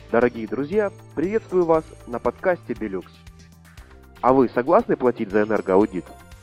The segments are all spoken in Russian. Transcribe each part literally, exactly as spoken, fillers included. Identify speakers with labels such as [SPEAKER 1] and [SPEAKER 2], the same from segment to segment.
[SPEAKER 1] Дорогие друзья, приветствую вас на подкасте Белюкс. А вы согласны платить за энергоаудит?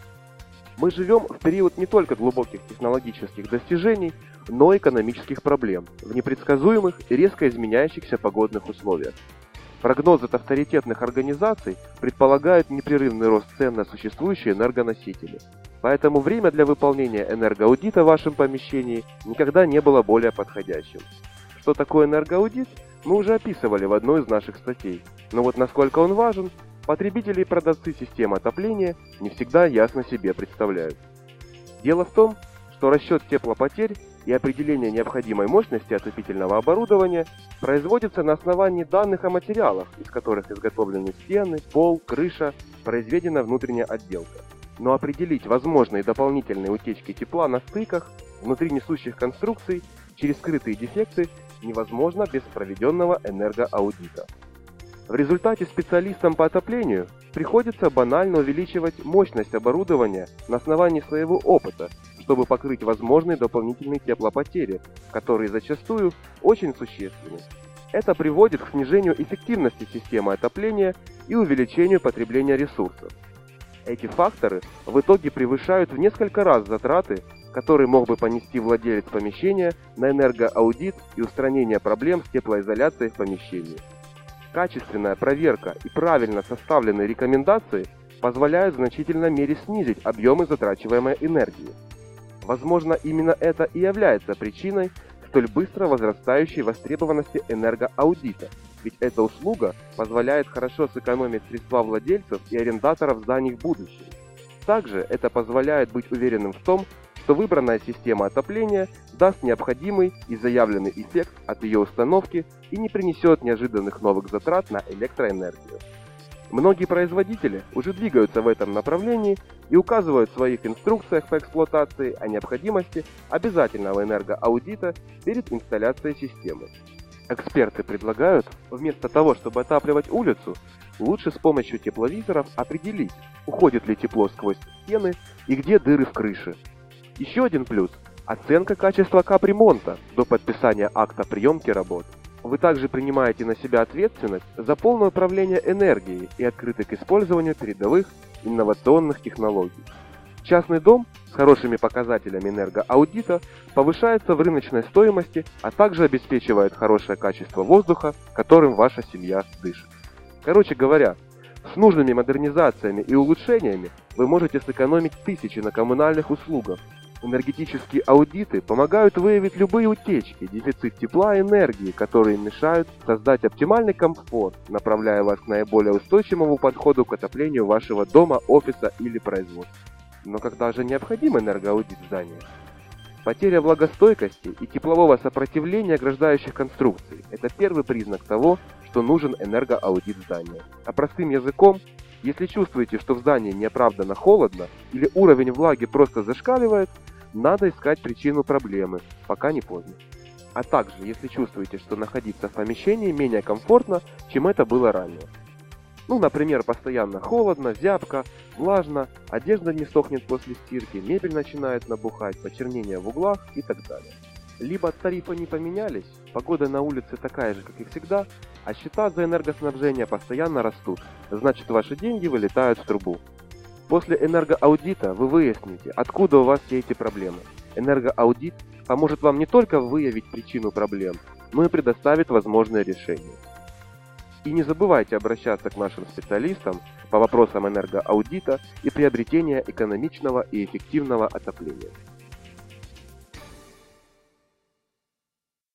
[SPEAKER 1] Мы живем в период не только глубоких технологических достижений, но и экономических проблем в непредсказуемых и резко изменяющихся погодных условиях. Прогнозы от авторитетных организаций предполагают непрерывный рост цен на существующие энергоносители. Поэтому время для выполнения энергоаудита в вашем помещении никогда не было более подходящим. Что такое энергоаудит, мы уже описывали в одной из наших статей, но вот насколько он важен, потребители и продавцы систем отопления не всегда ясно себе представляют. Дело в том, что расчет теплопотерь и определение необходимой мощности отопительного оборудования производится на основании данных о материалах, из которых изготовлены стены, пол, крыша, произведена внутренняя отделка. Но определить возможные дополнительные утечки тепла на стыках, внутри несущих конструкций, через скрытые дефекты невозможно без проведенного энергоаудита. В результате специалистам по отоплению приходится банально увеличивать мощность оборудования на основании своего опыта, чтобы покрыть возможные дополнительные теплопотери, которые зачастую очень существенны. Это приводит к снижению эффективности системы отопления и увеличению потребления ресурсов. Эти факторы в итоге превышают в несколько раз затраты, которые мог бы понести владелец помещения на энергоаудит и устранение проблем с теплоизоляцией в помещении. Качественная проверка и правильно составленные рекомендации позволяют в значительной мере снизить объемы затрачиваемой энергии. Возможно, именно это и является причиной столь быстро возрастающей востребованности энергоаудита, ведь эта услуга позволяет хорошо сэкономить средства владельцев и арендаторов зданий в будущем. Также это позволяет быть уверенным в том, что выбранная система отопления даст необходимый и заявленный эффект от ее установки и не принесет неожиданных новых затрат на электроэнергию. Многие производители уже двигаются в этом направлении и указывают в своих инструкциях по эксплуатации о необходимости обязательного энергоаудита перед инсталляцией системы. Эксперты предлагают, вместо того, чтобы отапливать улицу, лучше с помощью тепловизоров определить, уходит ли тепло сквозь стены и где дыры в крыше. Еще один плюс – оценка качества капремонта до подписания акта приемки работ. Вы также принимаете на себя ответственность за полное управление энергией и открыты к использованию передовых инновационных технологий. Частный дом с хорошими показателями энергоаудита повышается в рыночной стоимости, а также обеспечивает хорошее качество воздуха, которым ваша семья дышит. Короче говоря, с нужными модернизациями и улучшениями вы можете сэкономить тысячи на коммунальных услугах. Энергетические аудиты помогают выявить любые утечки, дефицит тепла и энергии, которые мешают создать оптимальный комфорт, направляя вас к наиболее устойчивому подходу к отоплению вашего дома, офиса или производства. Но когда же необходим энергоаудит здания? Потеря влагостойкости и теплового сопротивления ограждающих конструкций – это первый признак того, что нужен энергоаудит здания. А простым языком, если чувствуете, что в здании неоправданно холодно или уровень влаги просто зашкаливает, надо искать причину проблемы, пока не поздно. А также, если чувствуете, что находиться в помещении менее комфортно, чем это было ранее. Ну, например, постоянно холодно, зябко, влажно, одежда не сохнет после стирки, мебель начинает набухать, почернение в углах и так далее. Либо тарифы не поменялись, погода на улице такая же, как и всегда, а счета за энергоснабжение постоянно растут, значит ваши деньги вылетают в трубу. После энергоаудита вы выясните, откуда у вас все эти проблемы. Энергоаудит поможет вам не только выявить причину проблем, но и предоставит возможные решения. И не забывайте обращаться к нашим специалистам по вопросам энергоаудита и приобретения экономичного и эффективного отопления.